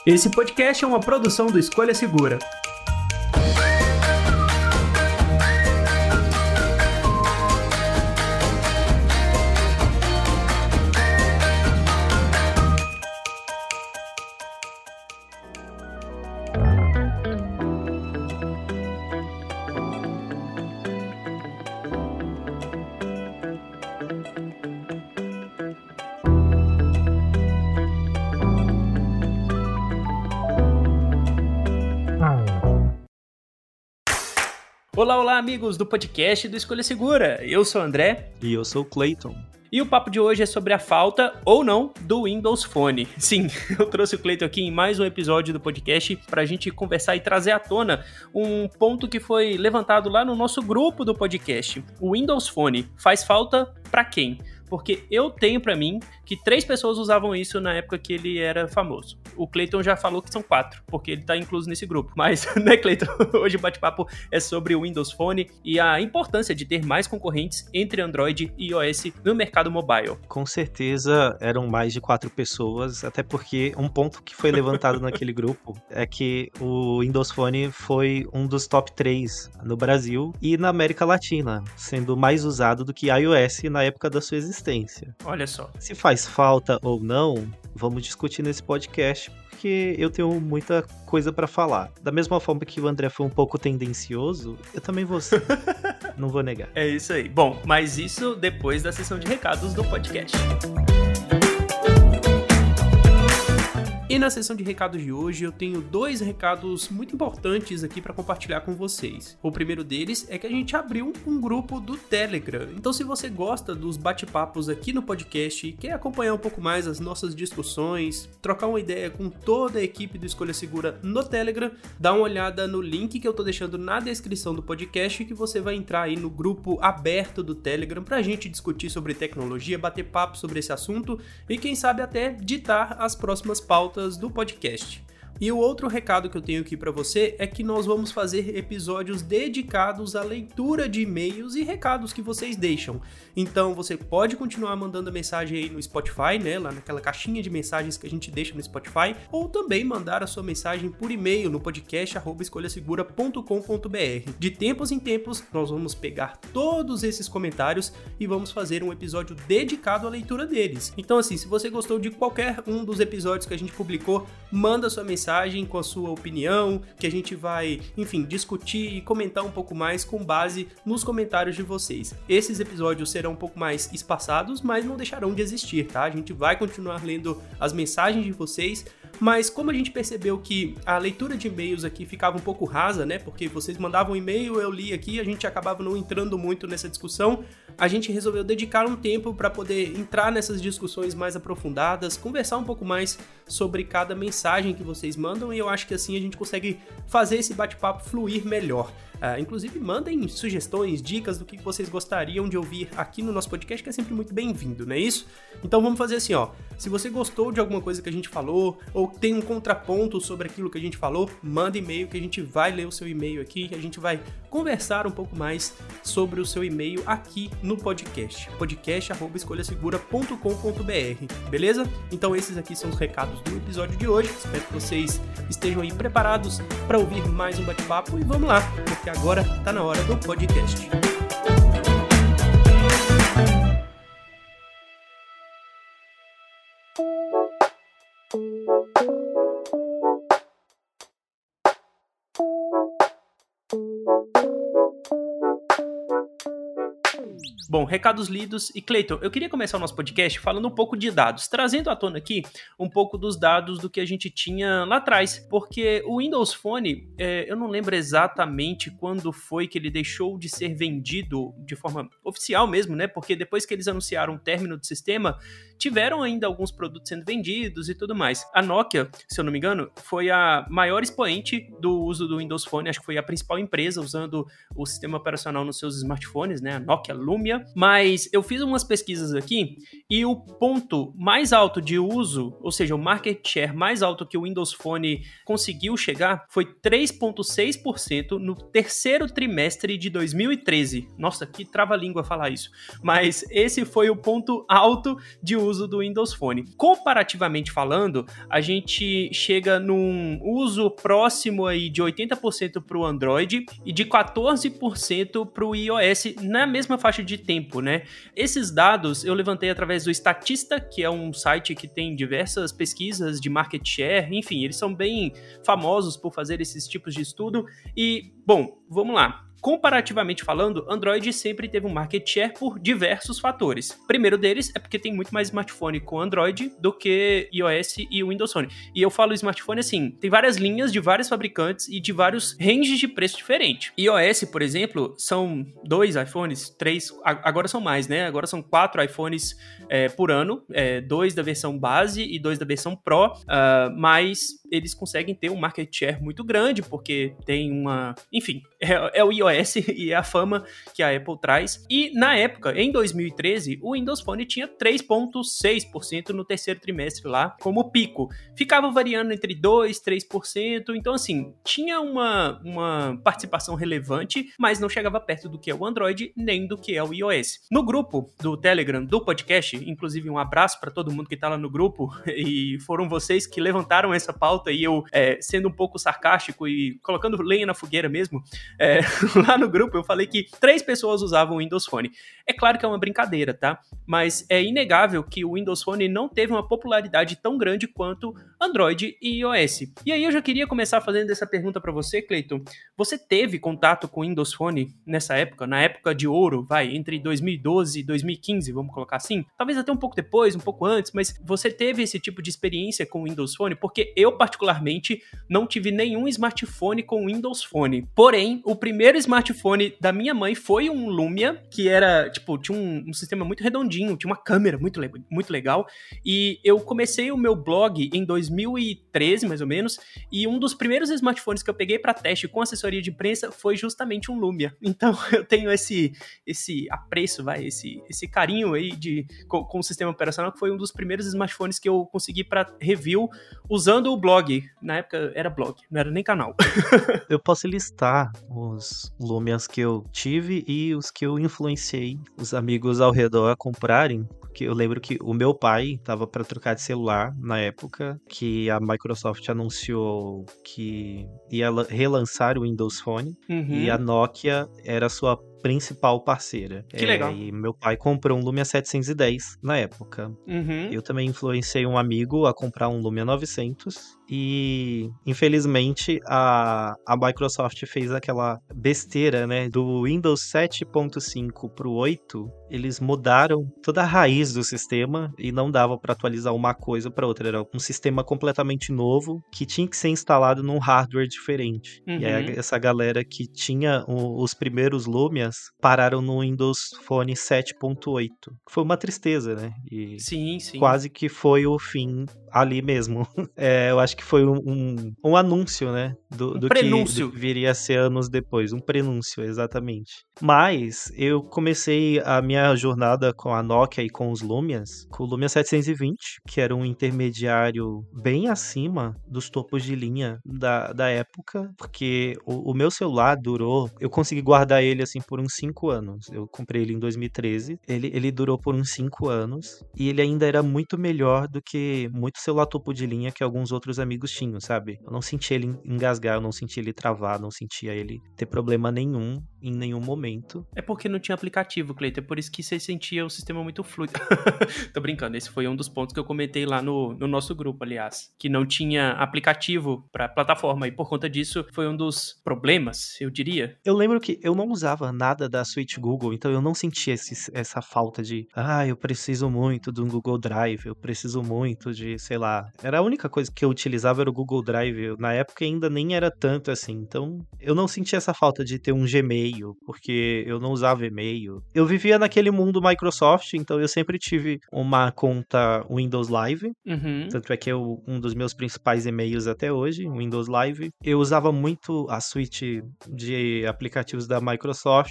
Esse podcast é uma produção do Escolha Segura. Olá, amigos do podcast do Escolha Segura. Eu sou o André. E eu sou o Clayton. E o papo de hoje é sobre a falta, ou não, do Windows Phone. Sim, eu trouxe o Clayton aqui em mais um episódio do podcast para a gente conversar e trazer à tona um ponto que foi levantado lá no nosso grupo do podcast. O Windows Phone faz falta para quem? Porque eu tenho pra mim que 3 pessoas usavam isso na época que ele era famoso. O Clayton já falou que são 4, porque ele tá incluso nesse grupo. Mas, né, Clayton? Hoje o bate-papo é sobre o Windows Phone e a importância de ter mais concorrentes entre Android e iOS no mercado mobile. Com certeza eram mais de 4 pessoas, até porque um ponto que foi levantado naquele grupo é que o Windows Phone foi um dos top 3 no Brasil e na América Latina, sendo mais usado do que iOS na época da sua existência. Olha só. Se faz falta ou não, vamos discutir nesse podcast, porque eu tenho muita coisa pra falar. Da mesma forma que o André foi um pouco tendencioso, eu também vou ser. Não vou negar. É isso aí. Bom, mas isso depois da sessão de recados do podcast. E na sessão de recados de hoje eu tenho 2 recados muito importantes aqui para compartilhar com vocês. O primeiro deles é que a gente abriu um grupo do Telegram. Então se você gosta dos bate-papos aqui no podcast e quer acompanhar um pouco mais as nossas discussões, trocar uma ideia com toda a equipe do Escolha Segura no Telegram, dá uma olhada no link que eu tô deixando na descrição do podcast que você vai entrar aí no grupo aberto do Telegram pra gente discutir sobre tecnologia, bater papo sobre esse assunto e quem sabe até ditar as próximas pautas do podcast. E o outro recado que eu tenho aqui para você é que nós vamos fazer episódios dedicados à leitura de e-mails e recados que vocês deixam. Então você pode continuar mandando a mensagem aí no Spotify, né, lá naquela caixinha de mensagens que a gente deixa no Spotify, ou também mandar a sua mensagem por e-mail no podcast@escolhasegura.com.br. De tempos em tempos nós vamos pegar todos esses comentários e vamos fazer um episódio dedicado à leitura deles. Então assim, se você gostou de qualquer um dos episódios que a gente publicou, manda sua mensagem com a sua opinião, que a gente vai, enfim, discutir e comentar um pouco mais com base nos comentários de vocês. Esses episódios serão um pouco mais espaçados, mas não deixarão de existir, tá? A gente vai continuar lendo as mensagens de vocês, mas como a gente percebeu que a leitura de e-mails aqui ficava um pouco rasa, né? Porque vocês mandavam um e-mail, eu li aqui, a gente acabava não entrando muito nessa discussão, a gente resolveu dedicar um tempo para poder entrar nessas discussões mais aprofundadas, conversar um pouco mais sobre cada mensagem que vocês mandam e eu acho que assim a gente consegue fazer esse bate-papo fluir melhor. Inclusive mandem sugestões, dicas do que vocês gostariam de ouvir aqui no nosso podcast, que é sempre muito bem-vindo, não é isso? Então vamos fazer assim, ó. Se você gostou de alguma coisa que a gente falou, ou tem um contraponto sobre aquilo que a gente falou, manda e-mail que a gente vai ler o seu e-mail aqui, a gente vai conversar um pouco mais sobre o seu e-mail aqui no podcast. podcast@escolhasegura.com.br, beleza? Então esses aqui são os recados do episódio de hoje. Espero que vocês estejam aí preparados para ouvir mais um bate-papo e vamos lá, porque agora tá na hora do podcast. Bom, recados lidos. E Clayton, eu queria começar o nosso podcast falando um pouco de dados, trazendo à tona aqui um pouco dos dados do que a gente tinha lá atrás, porque o Windows Phone, eu não lembro exatamente quando foi que ele deixou de ser vendido de forma oficial mesmo, né? Porque depois que eles anunciaram o término do sistema, tiveram ainda alguns produtos sendo vendidos e tudo mais. A Nokia, se eu não me engano, foi a maior expoente do uso do Windows Phone, acho que foi a principal empresa usando o sistema operacional nos seus smartphones, né? A Nokia Lumia. Mas eu fiz umas pesquisas aqui e o ponto mais alto de uso, ou seja, o market share mais alto que o Windows Phone conseguiu chegar foi 3,6% no terceiro trimestre de 2013. Nossa, que trava-língua falar isso. Mas esse foi o ponto alto de uso do Windows Phone. Comparativamente falando, a gente chega num uso próximo aí de 80% para o Android e de 14% para o iOS na mesma faixa de tempo, né? Esses dados eu levantei através do Statista, que é um site que tem diversas pesquisas de market share, enfim, eles são bem famosos por fazer esses tipos de estudo e, bom, vamos lá. Comparativamente falando, Android sempre teve um market share por diversos fatores. O primeiro deles é porque tem muito mais smartphone com Android do que iOS e Windows Phone. E eu falo smartphone assim, tem várias linhas de vários fabricantes e de vários ranges de preço diferentes. iOS, por exemplo, são 2 iPhones, 3, agora são mais, né? Agora são 4 iPhones por ano, 2 da versão base e 2 da versão Pro, mas eles conseguem ter um market share muito grande, porque tem uma... Enfim, é o iOS e é a fama que a Apple traz. E na época, em 2013, o Windows Phone tinha 3,6% no terceiro trimestre lá, como pico. Ficava variando entre 2% e 3%, então assim, tinha uma participação relevante, mas não chegava perto do que é o Android, nem do que é o iOS. No grupo do Telegram, do podcast, inclusive um abraço para todo mundo que tá lá no grupo, e foram vocês que levantaram essa pauta, e eu, sendo um pouco sarcástico e colocando lenha na fogueira mesmo, lá no grupo eu falei que 3 pessoas usavam o Windows Phone. É claro que é uma brincadeira, tá? Mas é inegável que o Windows Phone não teve uma popularidade tão grande quanto Android e iOS. E aí eu já queria começar fazendo essa pergunta para você, Cleiton. Você teve contato com o Windows Phone nessa época, na época de ouro, entre 2012 e 2015, vamos colocar assim? Talvez até um pouco depois, um pouco antes, mas você teve esse tipo de experiência com o Windows Phone? Porque eu, particularmente, não tive nenhum smartphone com Windows Phone. Porém, o primeiro smartphone da minha mãe foi um Lumia, que era, tinha um sistema muito redondinho, tinha uma câmera muito legal, e eu comecei o meu blog em 2013, mais ou menos, e um dos primeiros smartphones que eu peguei para teste com assessoria de imprensa foi justamente um Lumia. Então, eu tenho esse apreço, esse carinho aí com o sistema operacional, que foi um dos primeiros smartphones que eu consegui para review usando o blog. Na época era blog, não era nem canal. Eu posso listar os Lumias que eu tive e os que eu influenciei os amigos ao redor a comprarem. Porque eu lembro que o meu pai estava para trocar de celular na época que a Microsoft anunciou que ia relançar o Windows Phone, e a Nokia era sua principal parceira. Que legal. E meu pai comprou um Lumia 710 na época. Eu também influenciei um amigo a comprar um Lumia 900 e, infelizmente, a Microsoft fez aquela besteira, né, do Windows 7.5 pro 8. Eles mudaram toda a raiz do sistema e não dava para atualizar uma coisa para outra. Era um sistema completamente novo que tinha que ser instalado num hardware diferente. E aí, essa galera que tinha os primeiros Lumias pararam no Windows Phone 7.8. Foi uma tristeza, né? E sim. Quase que foi o fim ali mesmo. Eu acho que foi um anúncio, né? Do que viria a ser anos depois. Um prenúncio, exatamente. Mas eu comecei a minha jornada com a Nokia e com os Lumias, com o Lumia 720, que era um intermediário bem acima dos topos de linha da época, porque o meu celular durou, eu consegui guardar ele assim por uns 5 anos. Eu comprei ele em 2013, ele durou por uns 5 anos, e ele ainda era muito melhor do que muito celular topo de linha que alguns outros amigos tinham, sabe? Eu não sentia ele engasgar, eu não sentia ele travar, não sentia ele ter problema nenhum em nenhum momento. É porque não tinha aplicativo, Cleiton, é por isso que você sentia o sistema muito fluido. Tô brincando, esse foi um dos pontos que eu comentei lá no nosso grupo, aliás, que não tinha aplicativo pra plataforma, e por conta disso foi um dos problemas, eu diria. Eu lembro que eu não usava nada da suíte Google, então eu não sentia essa falta de, eu preciso muito do Google Drive, eu preciso muito de, sei lá, era a única coisa que eu utilizava era o Google Drive, na época ainda nem era tanto assim, então eu não sentia essa falta de ter um Gmail, porque eu não usava e-mail. Eu vivia naquele mundo Microsoft, então eu sempre tive uma conta Windows Live, tanto é que um dos meus principais e-mails até hoje, Windows Live. Eu usava muito a suíte de aplicativos da Microsoft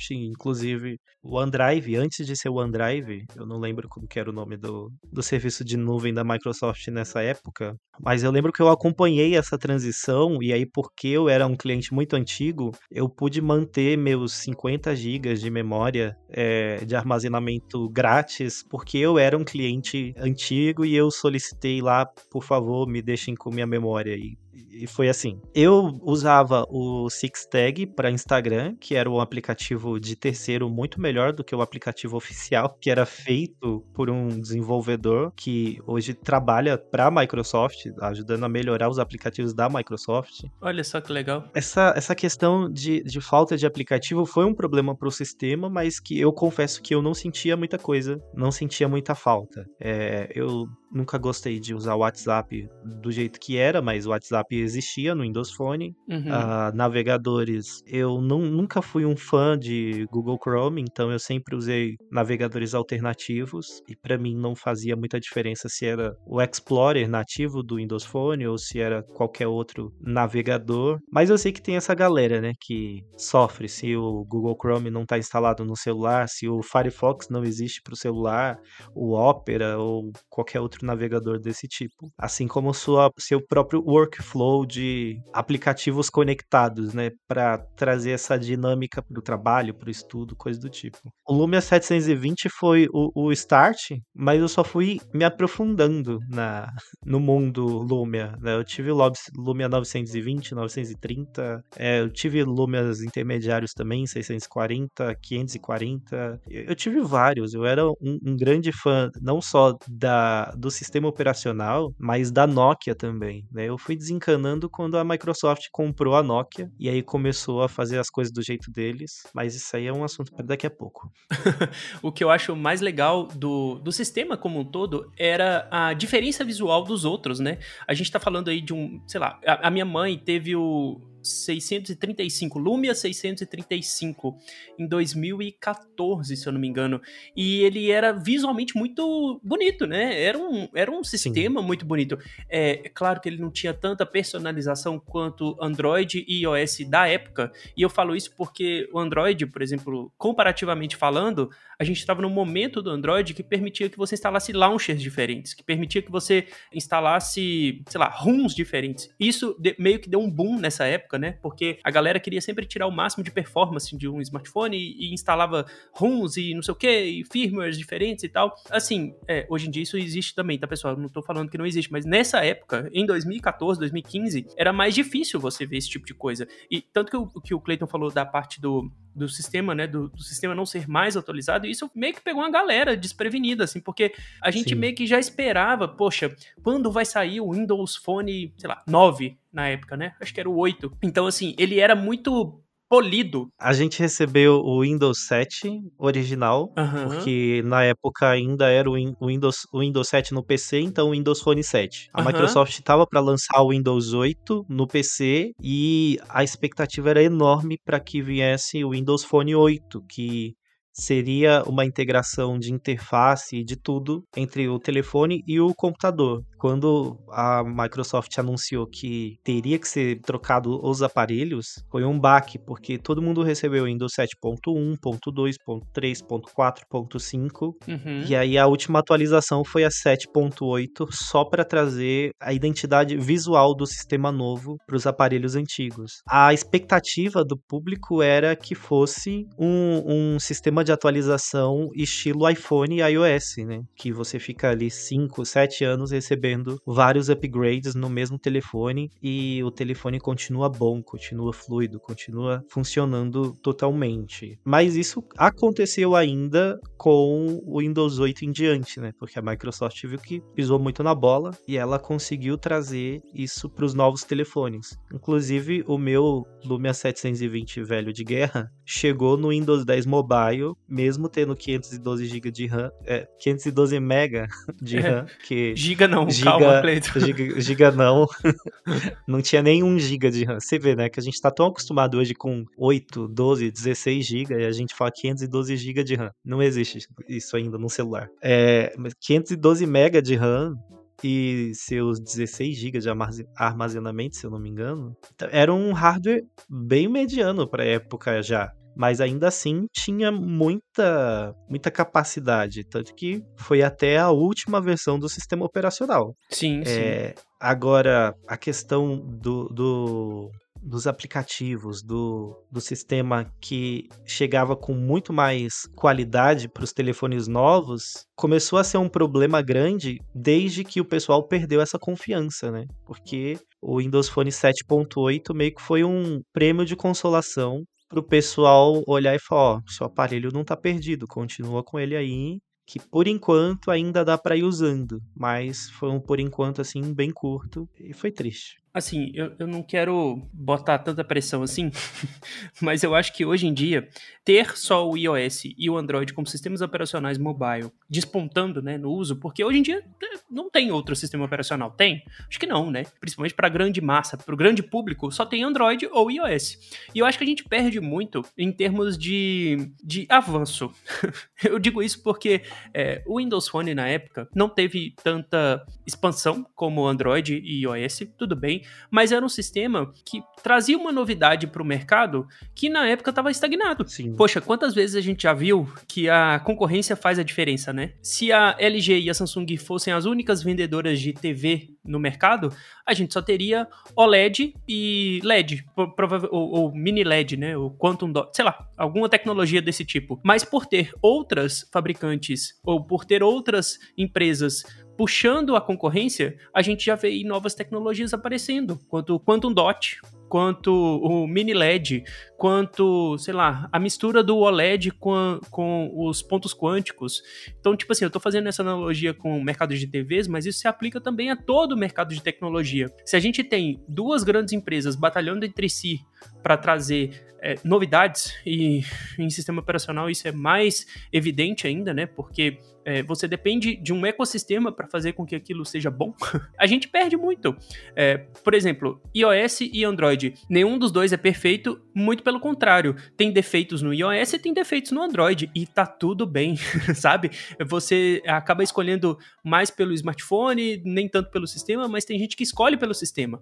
Microsoft, inclusive o OneDrive, antes de ser o OneDrive, eu não lembro como que era o nome do serviço de nuvem da Microsoft nessa época, mas eu lembro que eu acompanhei essa transição, e aí porque eu era um cliente muito antigo, eu pude manter meus 50 gigas de memória de armazenamento grátis, porque eu era um cliente antigo e eu solicitei lá, por favor, me deixem com minha memória aí. E foi assim. Eu usava o SixTag para Instagram, que era um aplicativo de terceiro muito melhor do que o aplicativo oficial, que era feito por um desenvolvedor que hoje trabalha para a Microsoft, ajudando a melhorar os aplicativos da Microsoft. Olha só que legal. Essa questão de falta de aplicativo foi um problema para o sistema, mas que eu confesso que eu não sentia muita coisa, não sentia muita falta. Eu nunca gostei de usar o WhatsApp do jeito que era, mas o WhatsApp existia no Windows Phone. Navegadores, eu nunca fui um fã de Google Chrome, então eu sempre usei navegadores alternativos, e para mim não fazia muita diferença se era o Explorer nativo do Windows Phone ou se era qualquer outro navegador. Mas eu sei que tem essa galera, né, que sofre se o Google Chrome não está instalado no celular, se o Firefox não existe para o celular, o Opera ou qualquer outro navegador desse tipo. Assim como seu próprio workflow de aplicativos conectados, né, para trazer essa dinâmica para o trabalho, para o estudo, coisa do tipo. O Lumia 720 foi o start, mas eu só fui me aprofundando no mundo Lumia, né? Eu tive o Lumia 920, 930, eu tive Lumias intermediários também, 640, 540, eu tive vários. Eu era um grande fã não só do sistema operacional, mas da Nokia também, né? Eu fui desencanando quando a Microsoft comprou a Nokia e aí começou a fazer as coisas do jeito deles, mas isso aí é um assunto para daqui a pouco. O que eu acho mais legal do sistema como um todo era a diferença visual dos outros, né? A gente tá falando aí de sei lá, a minha mãe teve o 635, Lumia 635, em 2014, se eu não me engano. E ele era visualmente muito bonito, né? Era um sistema muito bonito. É claro que ele não tinha tanta personalização quanto Android e iOS da época. E eu falo isso porque o Android, por exemplo, comparativamente falando, a gente estava num momento do Android que permitia que você instalasse launchers diferentes, que permitia que você instalasse, sei lá, ROMs diferentes. Isso meio que deu um boom nessa época, né? Porque a galera queria sempre tirar o máximo de performance de um smartphone e instalava ROMs e não sei o que, e firmwares diferentes e tal. Assim, hoje em dia isso existe também, tá, pessoal? Eu não tô falando que não existe, mas nessa época, em 2014, 2015, era mais difícil você ver esse tipo de coisa. E tanto que o Clayton falou da parte do sistema, né, do sistema não ser mais atualizado, e isso meio que pegou uma galera desprevenida, assim, porque a gente meio que já esperava, poxa, quando vai sair o Windows Phone, sei lá, 9 na época, né? Acho que era o 8. Então, assim, ele era muito polido. A gente recebeu o Windows 7 original, porque na época ainda era o Windows 7 no PC, então o Windows Phone 7. A Microsoft estava para lançar o Windows 8 no PC e a expectativa era enorme para que viesse o Windows Phone 8, que seria uma integração de interface e de tudo entre o telefone e o computador. Quando a Microsoft anunciou que teria que ser trocado os aparelhos, foi um baque, porque todo mundo recebeu o Windows 7.1, ponto 2, ponto 3, ponto 4, ponto 5, e aí a última atualização foi a 7.8, só para trazer a identidade visual do sistema novo para os aparelhos antigos. A expectativa do público era que fosse um sistema de atualização estilo iPhone e iOS, né? Que você fica ali 5, 7 anos recebendo vários upgrades no mesmo telefone e o telefone continua bom, continua fluido, continua funcionando totalmente. Mas isso aconteceu ainda com o Windows 8 em diante, né? Porque a Microsoft viu que pisou muito na bola e ela conseguiu trazer isso para os novos telefones. Inclusive, o meu Lumia 720 velho de guerra chegou no Windows 10 Mobile, mesmo tendo 512 GB de RAM, 512 MB de RAM, que... Giga não, calma, Cleiton. Giga não, não tinha nem 1 GB de RAM. Você vê, né, que a gente tá tão acostumado hoje com 8, 12, 16 GB e a gente fala 512 GB de RAM. Não existe isso ainda no celular. 512 MB de RAM e seus 16 GB de armazenamento, se eu não me engano, era um hardware bem mediano para a época já. mas ainda assim tinha muita capacidade, tanto que foi até a última versão do sistema operacional. Sim, sim. Agora, a questão dos aplicativos, do sistema que chegava com muito mais qualidade para os telefones novos, começou a ser um problema grande desde que o pessoal perdeu essa confiança, né? Porque o Windows Phone 7.8 meio que foi um prêmio de consolação para o pessoal olhar e falar, ó, seu aparelho não está perdido, continua com ele aí, que por enquanto ainda dá para ir usando, mas foi um por enquanto assim bem curto e foi triste. Assim, eu não quero botar tanta pressão assim, mas eu acho que hoje em dia, ter só o iOS e o Android como sistemas operacionais mobile despontando, né, no uso, porque hoje em dia não tem outro sistema operacional, tem? Acho que não, né? Principalmente para a grande massa, para o grande público, só tem Android ou iOS. E eu acho que a gente perde muito em termos de avanço. Eu digo isso porque o Windows Phone, na época, não teve tanta expansão como o Android e iOS, tudo bem, mas era um sistema que trazia uma novidade para o mercado que na época estava estagnado. Sim. Poxa, quantas vezes a gente já viu que a concorrência faz a diferença, né? Se a LG e a Samsung fossem as únicas vendedoras de TV no mercado, a gente só teria OLED e LED, ou mini LED, né? O Quantum Dot, sei lá, alguma tecnologia desse tipo. Mas por ter outras fabricantes ou por ter outras empresas puxando a concorrência, a gente já vê novas tecnologias aparecendo, quanto o Quantum Dot, quanto o mini LED, quanto, sei lá, a mistura do OLED com os pontos quânticos. Então, tipo assim, eu tô fazendo essa analogia com o mercado de TVs, mas isso se aplica também a todo o mercado de tecnologia. Se a gente tem duas grandes empresas batalhando entre si para trazer novidades, e em sistema operacional isso é mais evidente ainda, né? Porque você depende de um ecossistema para fazer com que aquilo seja bom. A gente perde muito. Por exemplo, iOS e Android. Nenhum dos dois é perfeito, muito pelo contrário. Tem defeitos no iOS e tem defeitos no Android. E tá tudo bem, sabe? Você acaba escolhendo mais pelo smartphone, nem tanto pelo sistema, mas tem gente que escolhe pelo sistema.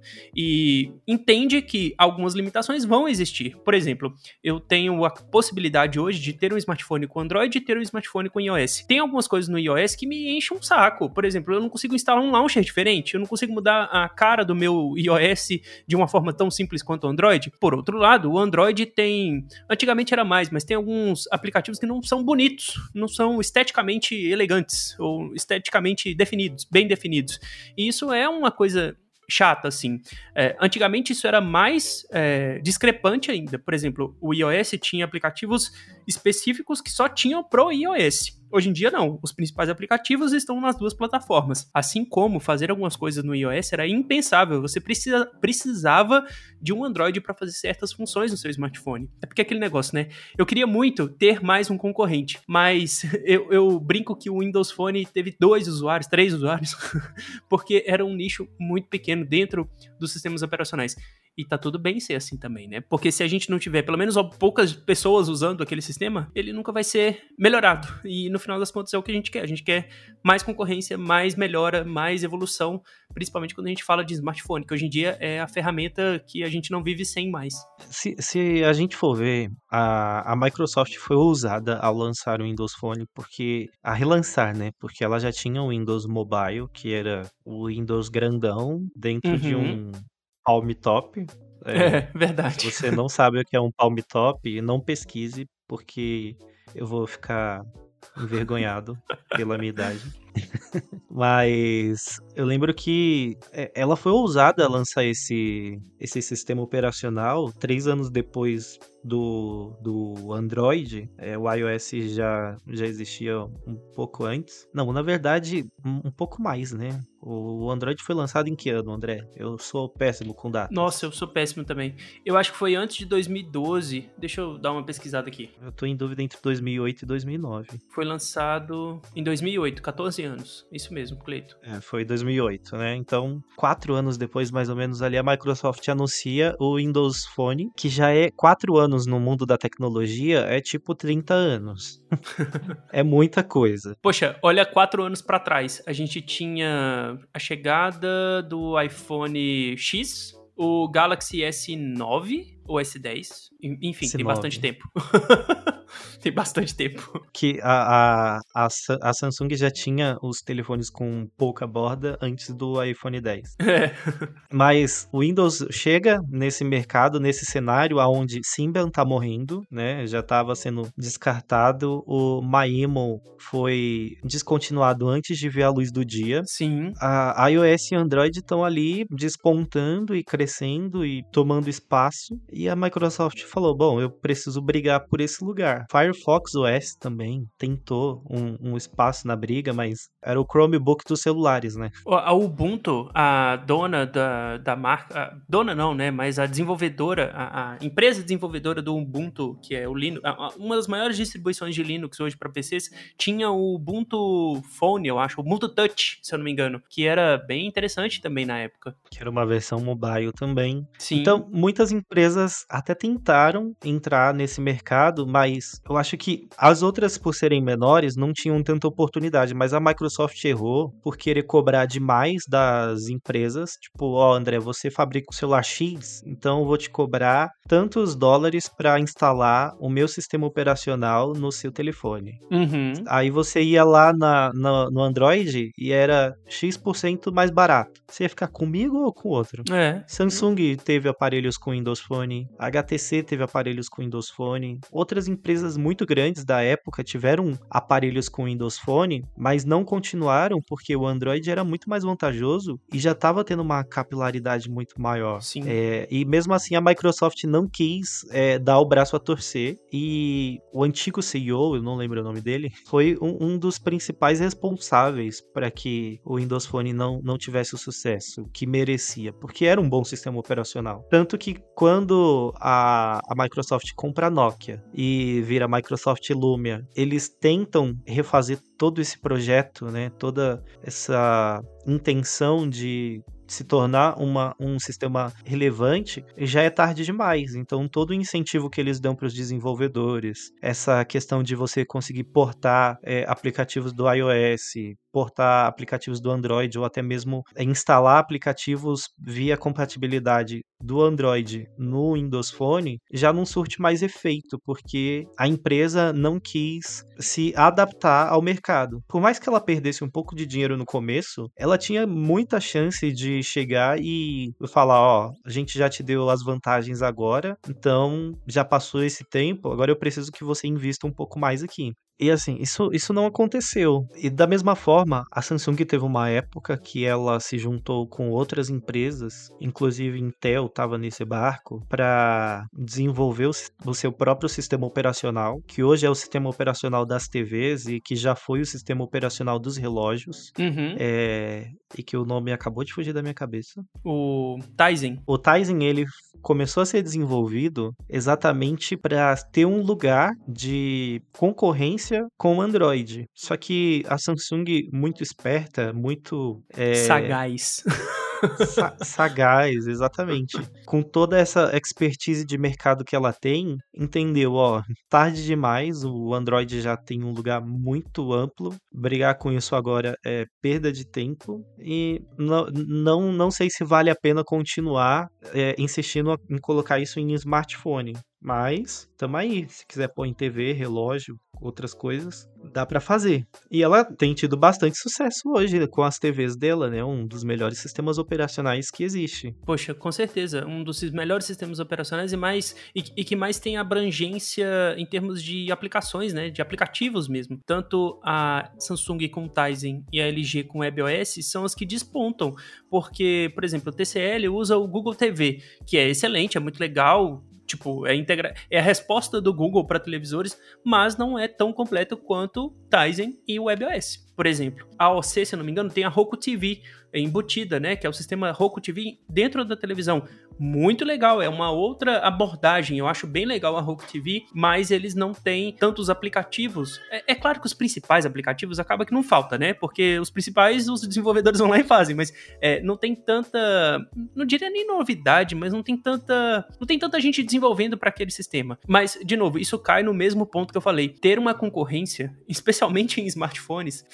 E entende que algumas limitações vão existir. Por exemplo, eu tenho a possibilidade hoje de ter um smartphone com Android e ter um smartphone com iOS. Tem algumas coisas no iOS que me enchem um saco. Por exemplo, eu não consigo instalar um launcher diferente, eu não consigo mudar a cara do meu iOS de uma forma tão simples quanto o Android. Por outro lado, o Android tem... Antigamente era mais, mas tem alguns aplicativos que não são bonitos, não são esteticamente elegantes ou esteticamente definidos, bem definidos. E isso é uma coisa chata, assim. Antigamente isso era mais discrepante ainda. Por exemplo, o iOS tinha aplicativos específicos que só tinham pro iOS. Hoje em dia, não. Os principais aplicativos estão nas duas plataformas. Assim como fazer algumas coisas no iOS era impensável. Você precisava de um Android para fazer certas funções no seu smartphone. É porque aquele negócio, né? Eu queria muito ter mais um concorrente, mas eu brinco que o Windows Phone teve 2 usuários, 3 usuários, porque era um nicho muito pequeno dentro dos sistemas operacionais. E tá tudo bem ser assim também, né? Porque se a gente não tiver pelo menos poucas pessoas usando aquele sistema, ele nunca vai ser melhorado. E no final das contas é o que a gente quer. A gente quer mais concorrência, mais melhora, mais evolução, principalmente quando a gente fala de smartphone, que hoje em dia é a ferramenta que a gente não vive sem mais. Se a gente for ver, a Microsoft foi ousada ao lançar o Windows Phone, a relançar, né? Porque ela já tinha o Windows Mobile, que era o Windows grandão, dentro de um Palm Top. Verdade. Se você não sabe o que é um Palm Top, não pesquise, porque eu vou ficar envergonhado pela minha idade. Mas eu lembro que ela foi ousada a lançar esse sistema operacional 3 anos depois do Android. O iOS já existia um pouco antes. Não, na verdade, um pouco mais, né? O Android foi lançado em que ano, André? Eu sou péssimo com datas. Nossa, eu sou péssimo também. Eu acho que foi antes de 2012. Deixa eu dar uma pesquisada aqui. Eu tô em dúvida entre 2008 e 2009. Foi lançado em 2008, 14 anos. Isso mesmo, Cleito. Foi 2008, né? Então, 4 anos depois, mais ou menos, ali, a Microsoft anuncia o Windows Phone, que já é 4 anos no mundo da tecnologia, é tipo 30 anos. É muita coisa. Poxa, olha 4 anos pra trás. A gente tinha a chegada do iPhone X, o Galaxy S9, OS X, enfim, tem S9. bastante tempo. Tem bastante tempo. Que a Samsung já tinha os telefones com pouca borda antes do iPhone X. Mas o Windows chega nesse mercado, nesse cenário onde Symbian tá morrendo, né? Já estava sendo descartado. O MyEmo foi descontinuado antes de ver a luz do dia. Sim. A iOS e Android estão ali despontando e crescendo e tomando espaço. E a Microsoft falou, bom, eu preciso brigar por esse lugar. Firefox OS também tentou um espaço na briga, mas era o Chromebook dos celulares, né? A Ubuntu, a dona da marca... Dona não, né? Mas a desenvolvedora, a empresa desenvolvedora do Ubuntu, que é o Linux... Uma das maiores distribuições de Linux hoje para PCs, tinha o Ubuntu Phone, eu acho. O Ubuntu Touch, se eu não me engano. Que era bem interessante também na época. Que era uma versão mobile também. Sim. Então, muitas empresas até tentaram entrar nesse mercado, mas eu acho que as outras, por serem menores, não tinham tanta oportunidade. Mas a Microsoft errou por querer cobrar demais das empresas. Tipo, ó, André, você fabrica o celular X, então eu vou te cobrar tantos dólares para instalar o meu sistema operacional no seu telefone. Uhum. Aí você ia lá no Android e era X% mais barato. Você ia ficar comigo ou com outro? Samsung teve aparelhos com Windows Phone, HTC teve aparelhos com Windows Phone, outras empresas muito grandes da época tiveram aparelhos com Windows Phone, mas não continuaram porque o Android era muito mais vantajoso e já estava tendo uma capilaridade muito maior. Sim. E mesmo assim a Microsoft não quis dar o braço a torcer e o antigo CEO, eu não lembro o nome dele, foi um dos principais responsáveis para que o Windows Phone não tivesse o sucesso que merecia, porque era um bom sistema operacional. Tanto que quando a Microsoft compra a Nokia e vira Microsoft Lumia, eles tentam refazer todo esse projeto, né? Toda essa intenção de se tornar um sistema relevante, já é tarde demais. Então, todo o incentivo que eles dão para os desenvolvedores, essa questão de você conseguir portar aplicativos do iOS, portar aplicativos do Android, ou até mesmo instalar aplicativos via compatibilidade do Android no Windows Phone, já não surte mais efeito, porque a empresa não quis se adaptar ao mercado. Por mais que ela perdesse um pouco de dinheiro no começo, ela tinha muita chance de chegar e falar, ó, a gente já te deu as vantagens agora, então já passou esse tempo, agora eu preciso que você invista um pouco mais aqui. E assim, isso não aconteceu. E da mesma forma, a Samsung teve uma época que ela se juntou com outras empresas, inclusive Intel estava nesse barco, para desenvolver o seu próprio sistema operacional, que hoje é o sistema operacional das TVs e que já foi o sistema operacional dos relógios. Uhum. E que o nome acabou de fugir da minha cabeça. O Tizen. O Tizen, ele começou a ser desenvolvido exatamente para ter um lugar de concorrência com o Android. Só que a Samsung, muito esperta, muito... sagaz. Sagaz, exatamente. Com toda essa expertise de mercado que ela tem, entendeu, ó, tarde demais, o Android já tem um lugar muito amplo, brigar com isso agora é perda de tempo, e não sei se vale a pena continuar insistindo em colocar isso em smartphone. Mas, tamo aí. Se quiser pôr em TV, relógio, outras coisas, dá pra fazer. E ela tem tido bastante sucesso hoje com as TVs dela, né? Um dos melhores sistemas operacionais que existe. Poxa, com certeza. Um dos melhores sistemas operacionais e que mais tem abrangência em termos de aplicações, né? De aplicativos mesmo. Tanto a Samsung com o Tizen e a LG com o WebOS são as que despontam. Porque, por exemplo, o TCL usa o Google TV, que é excelente, é muito legal. Tipo, é a resposta do Google para televisores, mas não é tão completo quanto Tizen e o WebOS. Por exemplo, a AOC, se eu não me engano, tem a Roku TV embutida, né? Que é o sistema Roku TV dentro da televisão. Muito legal, é uma outra abordagem. Eu acho bem legal a Roku TV, mas eles não têm tantos aplicativos. É claro que os principais aplicativos acaba que não falta, né? Porque os principais os desenvolvedores vão lá e fazem, mas não tem tanta... Não diria nem novidade, mas não tem tanta gente desenvolvendo para aquele sistema. Mas, de novo, isso cai no mesmo ponto que eu falei. Ter uma concorrência, especialmente em smartphones,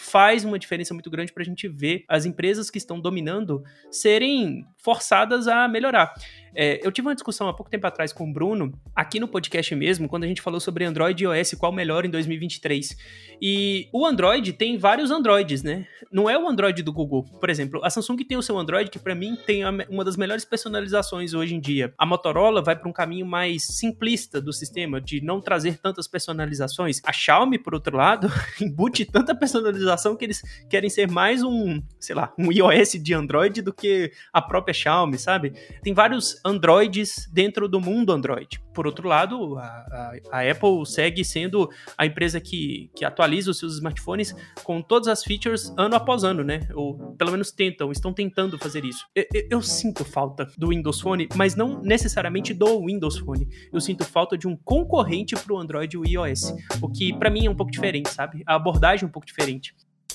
faz uma diferença muito grande pra gente ver as empresas que estão dominando serem forçadas a melhorar. Eu tive uma discussão há pouco tempo atrás com o Bruno, aqui no podcast mesmo, quando a gente falou sobre Android e iOS, qual melhor em 2023. E o Android tem vários Androids, né? Não é o Android do Google. Por exemplo, a Samsung tem o seu Android, que pra mim tem uma das melhores personalizações hoje em dia. A Motorola vai pra um caminho mais simplista do sistema, de não trazer tantas personalizações. A Xiaomi, por outro lado, embute tanta personalização que eles querem ser mais um iOS de Android do que a própria Xiaomi, sabe? Tem vários Androids dentro do mundo Android. Por outro lado, a Apple segue sendo a empresa que atualiza os seus smartphones com todas as features ano após ano, né? Ou pelo menos estão tentando fazer isso. Eu sinto falta do Windows Phone, mas não necessariamente do Windows Phone. Eu sinto falta de um concorrente pro Android e o iOS, o que pra mim é um pouco diferente, sabe? A abordagem é um pouco diferente.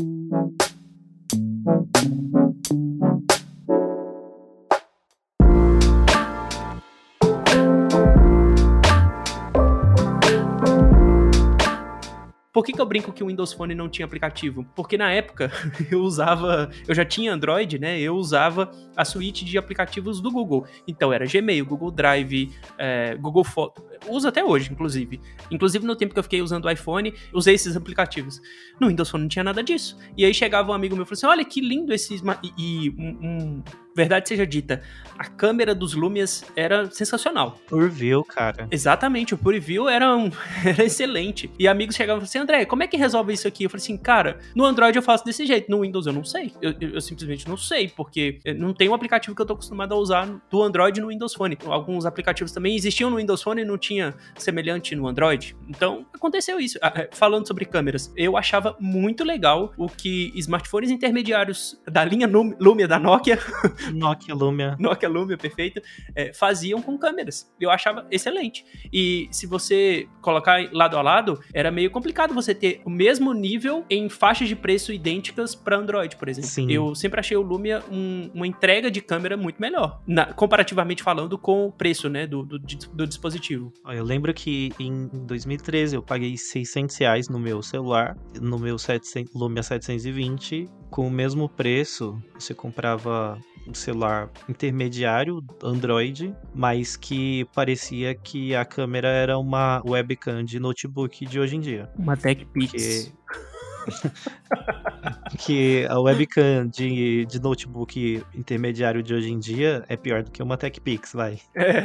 Por que eu brinco que o Windows Phone não tinha aplicativo? Porque na época eu já tinha Android, né? Eu usava a suíte de aplicativos do Google. Então era Gmail, Google Drive, Google Foto. Uso até hoje, inclusive. Inclusive no tempo que eu fiquei usando o iPhone, usei esses aplicativos. No Windows Phone não tinha nada disso. E aí chegava um amigo meu e falou assim, olha que lindo esse... Verdade seja dita, a câmera dos Lumias era sensacional. PureView, cara. Exatamente, o PureView era excelente. E amigos chegavam e falavam assim, André, como é que resolve isso aqui? Eu falei assim, cara, no Android eu faço desse jeito, no Windows eu não sei. Eu simplesmente não sei, porque não tem um aplicativo que eu tô acostumado a usar do Android no Windows Phone. Alguns aplicativos também existiam no Windows Phone e não tinha semelhante no Android. Então, aconteceu isso. Falando sobre câmeras, eu achava muito legal o que smartphones intermediários da linha Lumia da Nokia... Nokia Lumia, perfeito, faziam com câmeras. Eu achava excelente. E se você colocar lado a lado, era meio complicado você ter o mesmo nível em faixas de preço idênticas para Android, por exemplo. Sim. Eu sempre achei o Lumia uma entrega de câmera muito melhor, comparativamente falando com o preço, né, do dispositivo. Eu lembro que em 2013 eu paguei R$600 no meu celular, no meu Lumia 720, com o mesmo preço, você comprava um celular intermediário Android, mas que parecia que a câmera era uma webcam de notebook de hoje em dia. Uma TechPix. Que a webcam de notebook intermediário de hoje em dia é pior do que uma TechPix, vai.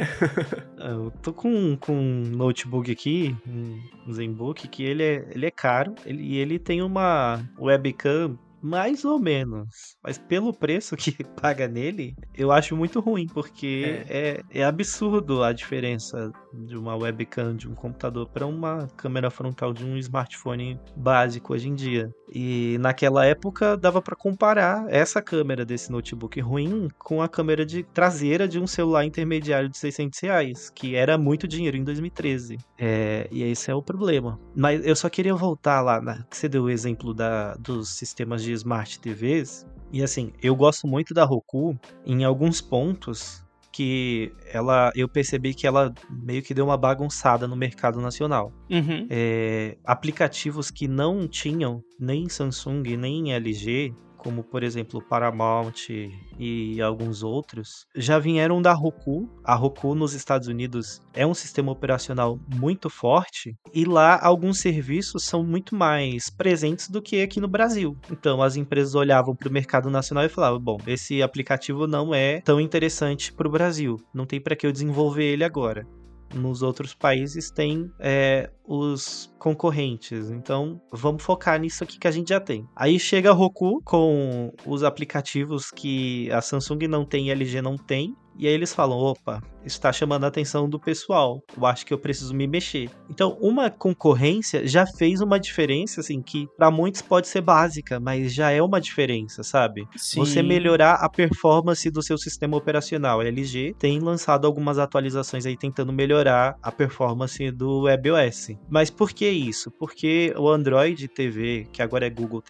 Eu tô com um notebook aqui, um ZenBook, que ele é caro, e ele tem uma webcam mais ou menos, mas pelo preço que paga nele, eu acho muito ruim, porque é absurdo a diferença de uma webcam de um computador para uma câmera frontal de um smartphone básico hoje em dia. E naquela época dava para comparar essa câmera desse notebook ruim com a câmera traseira de um celular intermediário de R$600, que era muito dinheiro em 2013. E esse é o problema. Mas eu só queria voltar lá, que você deu o exemplo dos sistemas de Smart TVs, e assim, eu gosto muito da Roku em alguns pontos que eu percebi que ela meio que deu uma bagunçada no mercado nacional. Uhum. Aplicativos que não tinham nem Samsung nem LG, como por exemplo o Paramount e alguns outros, já vieram da Roku. A Roku nos Estados Unidos é um sistema operacional muito forte, e lá alguns serviços são muito mais presentes do que aqui no Brasil. Então as empresas olhavam para o mercado nacional e falavam, bom, esse aplicativo não é tão interessante para o Brasil, não tem para que eu desenvolver ele agora. Nos outros países tem os concorrentes, então vamos focar nisso aqui que a gente já tem. Aí chega a Roku com os aplicativos que a Samsung não tem e a LG não tem, e aí eles falam, opa, isso está chamando a atenção do pessoal, eu acho que eu preciso me mexer. Então uma concorrência já fez uma diferença, assim, que para muitos pode ser básica, mas já é uma diferença, sabe? Sim. Você melhorar a performance do seu sistema operacional. A LG tem lançado algumas atualizações aí tentando melhorar a performance do WebOS. Mas por que isso? Porque o Android TV, que agora é Google TV,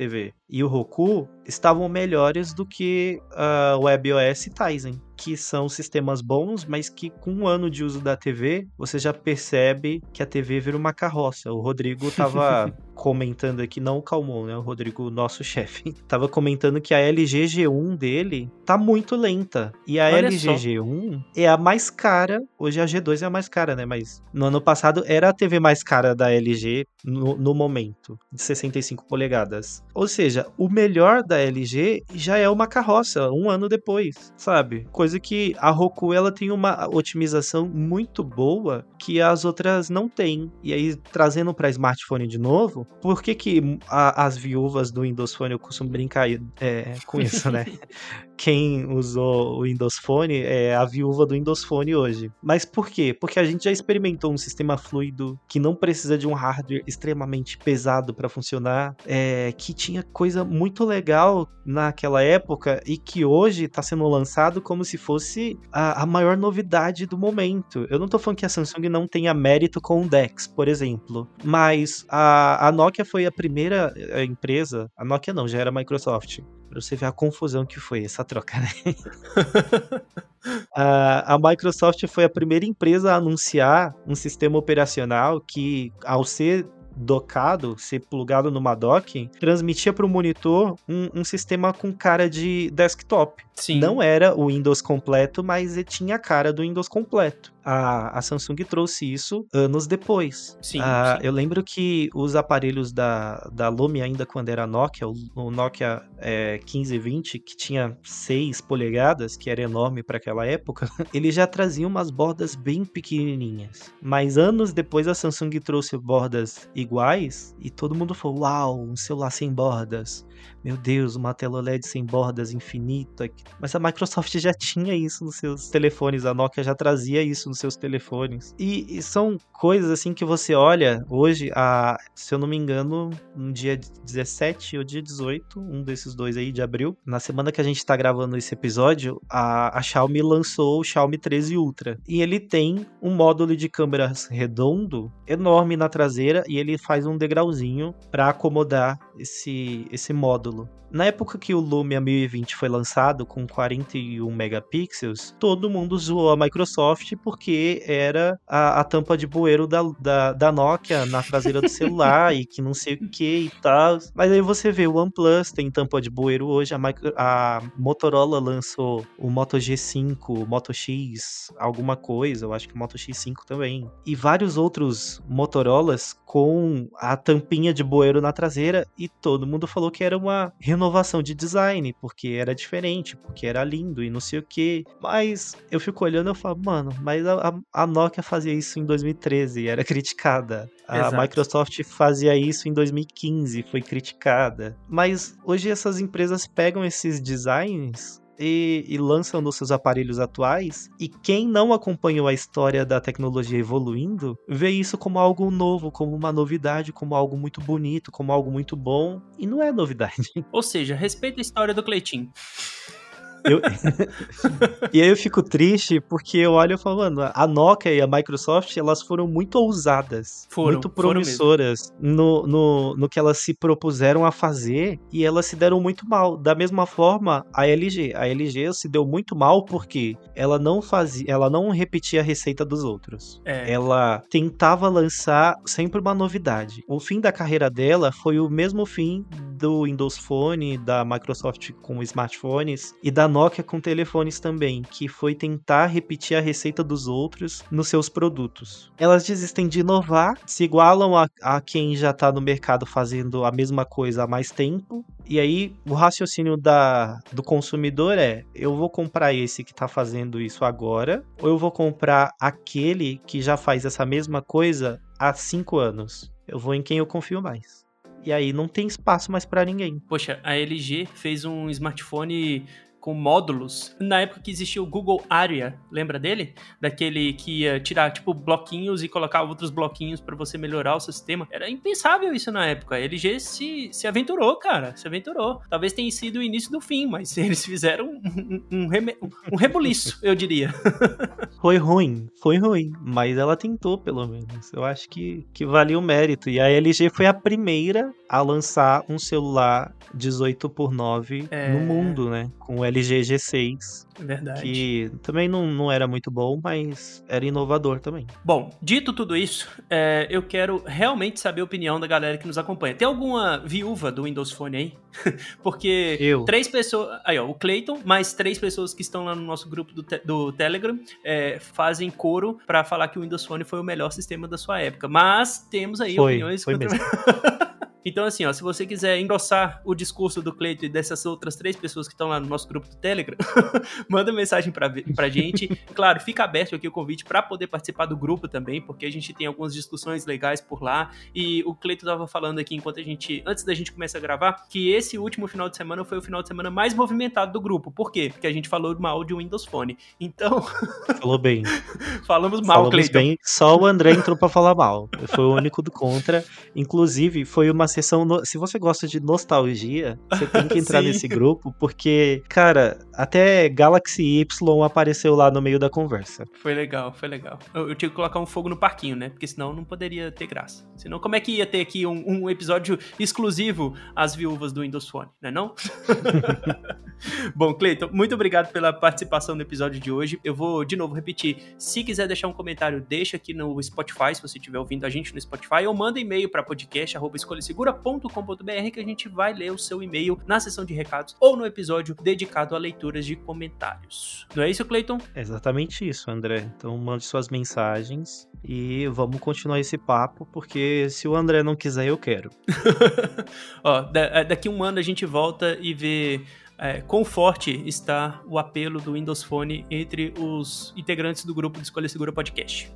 e o Roku estavam melhores do que o WebOS e Tizen, que são sistemas bons, mas que com um ano de uso da TV, você já percebe que a TV vira uma carroça. O Rodrigo tava comentando aqui, não o Calmon, né? O Rodrigo, nosso chefe, tava comentando que a LG G1 dele tá muito lenta. E a Olha LG só. G1 é a mais cara, hoje a G2 é a mais cara, né? Mas no ano passado era a TV mais cara da LG no momento, de 65 polegadas. Ou seja, o melhor da LG já é uma carroça, um ano depois, sabe? Coisa que a Roku, ela tem uma otimização muito boa que as outras não têm. E aí, trazendo para smartphone de novo, por que as viúvas do Windows Phone, eu costumo brincar com isso, né? Quem usou o Windows Phone é a viúva do Windows Phone hoje. Mas por quê? Porque a gente já experimentou um sistema fluido que não precisa de um hardware extremamente pesado para funcionar, que tinha coisa muito legal naquela época e que hoje está sendo lançado como se fosse a maior novidade do momento. Eu não tô falando que a Samsung não tenha mérito com o DeX, por exemplo, mas a Nokia foi a primeira empresa, a Nokia não, já era a Microsoft, pra você ver a confusão que foi essa troca, né? A Microsoft foi a primeira empresa a anunciar um sistema operacional que, ao ser docado, ser plugado numa dock, transmitia para o monitor um sistema com cara de desktop. Sim. Não era o Windows completo, mas ele tinha a cara do Windows completo. A Samsung trouxe isso anos depois. Sim. Eu lembro que os aparelhos da Lumia, ainda quando era Nokia, o Nokia 1520, que tinha 6 polegadas, que era enorme para aquela época, ele já trazia umas bordas bem pequenininhas. Mas anos depois a Samsung trouxe bordas iguais e todo mundo falou, uau, um celular sem bordas. Meu Deus, uma tela OLED sem bordas infinita. Mas a Microsoft já tinha isso nos seus telefones, a Nokia já trazia isso nos seus telefones. E são coisas assim que você olha hoje, se eu não me engano, no dia 17 ou dia 18, um desses dois aí de abril, na semana que a gente tá gravando esse episódio, a Xiaomi lançou o Xiaomi 13 Ultra. E ele tem um módulo de câmeras redondo, enorme na traseira, e ele faz um degrauzinho para acomodar esse módulo. Na época que o Lumia 1020 foi lançado com 41 megapixels, todo mundo zoou a Microsoft porque era a tampa de bueiro da Nokia na traseira do celular e que não sei o que e tal. Mas aí você vê, o OnePlus tem tampa de bueiro hoje, a Motorola lançou o Moto G5, o Moto X, alguma coisa, eu acho que o Moto X5 também. E vários outros Motorolas com a tampinha de bueiro na traseira e todo mundo falou que era uma renovação de design, porque era diferente, porque era lindo e não sei o que. Mas eu fico olhando e falo, mano, mas a Nokia fazia isso em 2013 e era criticada. Exato. A Microsoft fazia isso em 2015, foi criticada. Mas hoje essas empresas pegam esses designs e lançam nos seus aparelhos atuais, e quem não acompanhou a história da tecnologia evoluindo, vê isso como algo novo, como uma novidade, como algo muito bonito, como algo muito bom, e não é novidade. Ou seja, respeita a história do Cleitinho. E aí eu fico triste porque eu olho e falo, mano, a Nokia e a Microsoft, elas foram muito ousadas, muito promissoras no que elas se propuseram a fazer, e elas se deram muito mal. Da mesma forma, a LG se deu muito mal porque ela não repetia a receita dos outros. Ela tentava lançar sempre uma novidade. O fim da carreira dela foi o mesmo fim do Windows Phone, da Microsoft com smartphones e da Nokia com telefones também, que foi tentar repetir a receita dos outros nos seus produtos. Elas desistem de inovar, se igualam a quem já está no mercado fazendo a mesma coisa há mais tempo, e aí o raciocínio do consumidor eu vou comprar esse que está fazendo isso agora, ou eu vou comprar aquele que já faz essa mesma coisa há 5 anos. Eu vou em quem eu confio mais. E aí não tem espaço mais pra ninguém. Poxa, a LG fez um smartphone com módulos, na época que existia o Google Aria, lembra dele? Daquele que ia tirar, tipo, bloquinhos e colocar outros bloquinhos pra você melhorar o seu sistema. Era impensável isso na época. A LG se aventurou, cara, se aventurou. Talvez tenha sido o início do fim, mas eles fizeram um rebuliço, eu diria. Foi ruim, mas ela tentou pelo menos. Eu acho que valia o mérito. E a LG foi a primeira a lançar um celular 18x9 no mundo, né? Com o LG G6. Verdade. Que também não era muito bom, mas era inovador também. Bom, dito tudo isso, eu quero realmente saber a opinião da galera que nos acompanha. Tem alguma viúva do Windows Phone aí? Porque 3 pessoas... Aí, ó, o Clayton, mais 3 pessoas que estão lá no nosso grupo do Telegram, fazem coro pra falar que o Windows Phone foi o melhor sistema da sua época. Mas temos aí opiniões... Foi mesmo. Então, assim, ó, se você quiser engrossar o discurso do Cleiton e dessas outras 3 pessoas que estão lá no nosso grupo do Telegram, manda mensagem pra gente. Claro, fica aberto aqui o convite pra poder participar do grupo também, porque a gente tem algumas discussões legais por lá. E o Cleiton tava falando aqui antes da gente começar a gravar, que esse último final de semana foi o final de semana mais movimentado do grupo. Por quê? Porque a gente falou mal de Windows Phone. Então... Falou bem. Falamos mal, Cleiton. Bem. Só o André entrou pra falar mal. Foi o único do contra. Inclusive, foi uma sessão... Se você gosta de nostalgia, você tem que entrar nesse grupo, porque, cara, até Galaxy Y apareceu lá no meio da conversa. Foi legal. Eu tive que colocar um fogo no parquinho, né? Porque senão não poderia ter graça. Senão, como é que ia ter aqui um episódio exclusivo às viúvas do Windows Phone, não é não? Bom, Cleiton, muito obrigado pela participação no episódio de hoje. Eu vou, de novo, repetir. Se quiser deixar um comentário, deixa aqui no Spotify, se você estiver ouvindo a gente no Spotify, ou manda e-mail para podcast@escolhasegura.com.br que a gente vai ler o seu e-mail na seção de recados ou no episódio dedicado a leituras de comentários. Não é isso, Cleiton? Exatamente isso, André. Então mande suas mensagens e vamos continuar esse papo, porque se o André não quiser, eu quero. Ó, daqui um ano a gente volta e vê quão forte está o apelo do Windows Phone entre os integrantes do grupo do Escolha Segura Podcast.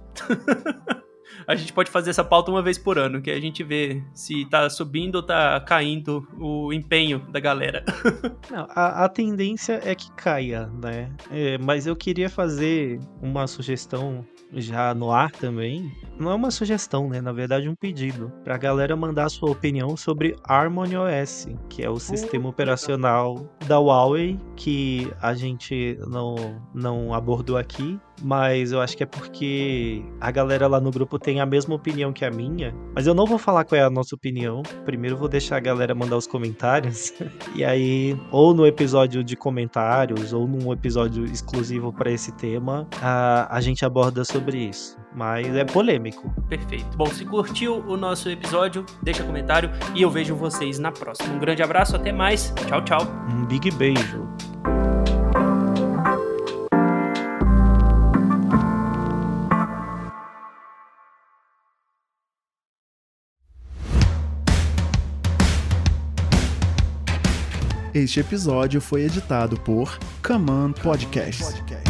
A gente pode fazer essa pauta uma vez por ano, que a gente vê se tá subindo ou tá caindo o empenho da galera. Não, a tendência é que caia, né? Mas eu queria fazer uma sugestão já no ar também. Não é uma sugestão, né? Na verdade, um pedido pra galera mandar a sua opinião sobre Harmony OS, que é o sistema operacional da Huawei, que a gente não abordou aqui, mas eu acho que é porque a galera lá no grupo tem a mesma opinião que a minha, mas eu não vou falar qual é a nossa opinião. Primeiro eu vou deixar a galera mandar os comentários, e aí, ou no episódio de comentários, ou num episódio exclusivo para esse tema, a gente aborda sobre isso. Mas é polêmico. Perfeito. Bom, se curtiu o nosso episódio, deixa comentário e eu vejo vocês na próxima. Um grande abraço, até mais. Tchau, tchau. Um big beijo. Este episódio foi editado por Command Podcast.